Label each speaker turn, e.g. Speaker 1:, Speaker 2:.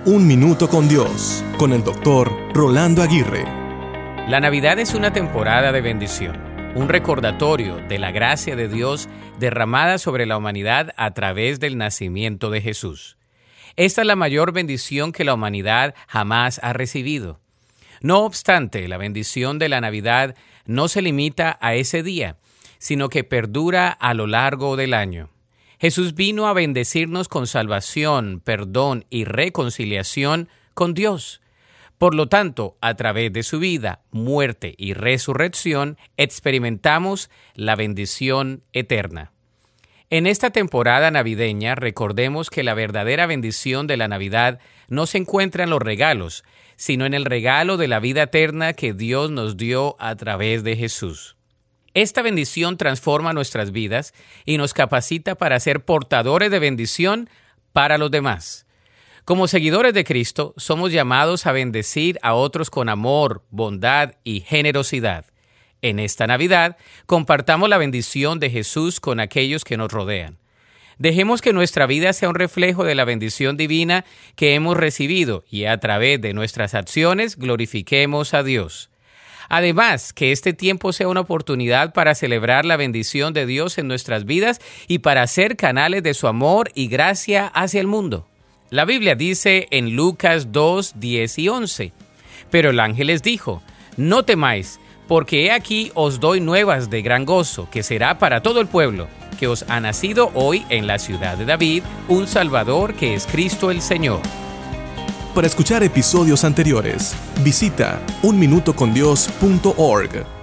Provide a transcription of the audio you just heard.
Speaker 1: Un Minuto con Dios, con el Dr. Rolando Aguirre.
Speaker 2: La Navidad es una temporada de bendición, un recordatorio de la gracia de Dios derramada sobre la humanidad a través del nacimiento de Jesús. Esta es la mayor bendición que la humanidad jamás ha recibido. No obstante, la bendición de la Navidad no se limita a ese día, sino que perdura a lo largo del año. Jesús vino a bendecirnos con salvación, perdón y reconciliación con Dios. Por lo tanto, a través de su vida, muerte y resurrección, experimentamos la bendición eterna. En esta temporada navideña, recordemos que la verdadera bendición de la Navidad no se encuentra en los regalos, sino en el regalo de la vida eterna que Dios nos dio a través de Jesús. Esta bendición transforma nuestras vidas y nos capacita para ser portadores de bendición para los demás. Como seguidores de Cristo, somos llamados a bendecir a otros con amor, bondad y generosidad. En esta Navidad, compartamos la bendición de Jesús con aquellos que nos rodean. Dejemos que nuestra vida sea un reflejo de la bendición divina que hemos recibido y a través de nuestras acciones glorifiquemos a Dios. Además, que este tiempo sea una oportunidad para celebrar la bendición de Dios en nuestras vidas y para ser canales de su amor y gracia hacia el mundo. La Biblia dice en Lucas 2, 10 y 11, «Pero el ángel les dijo, no temáis, porque he aquí os doy nuevas de gran gozo, que será para todo el pueblo, que os ha nacido hoy en la ciudad de David un Salvador que es Cristo el Señor».
Speaker 1: Para escuchar episodios anteriores, visita unminutocondios.org.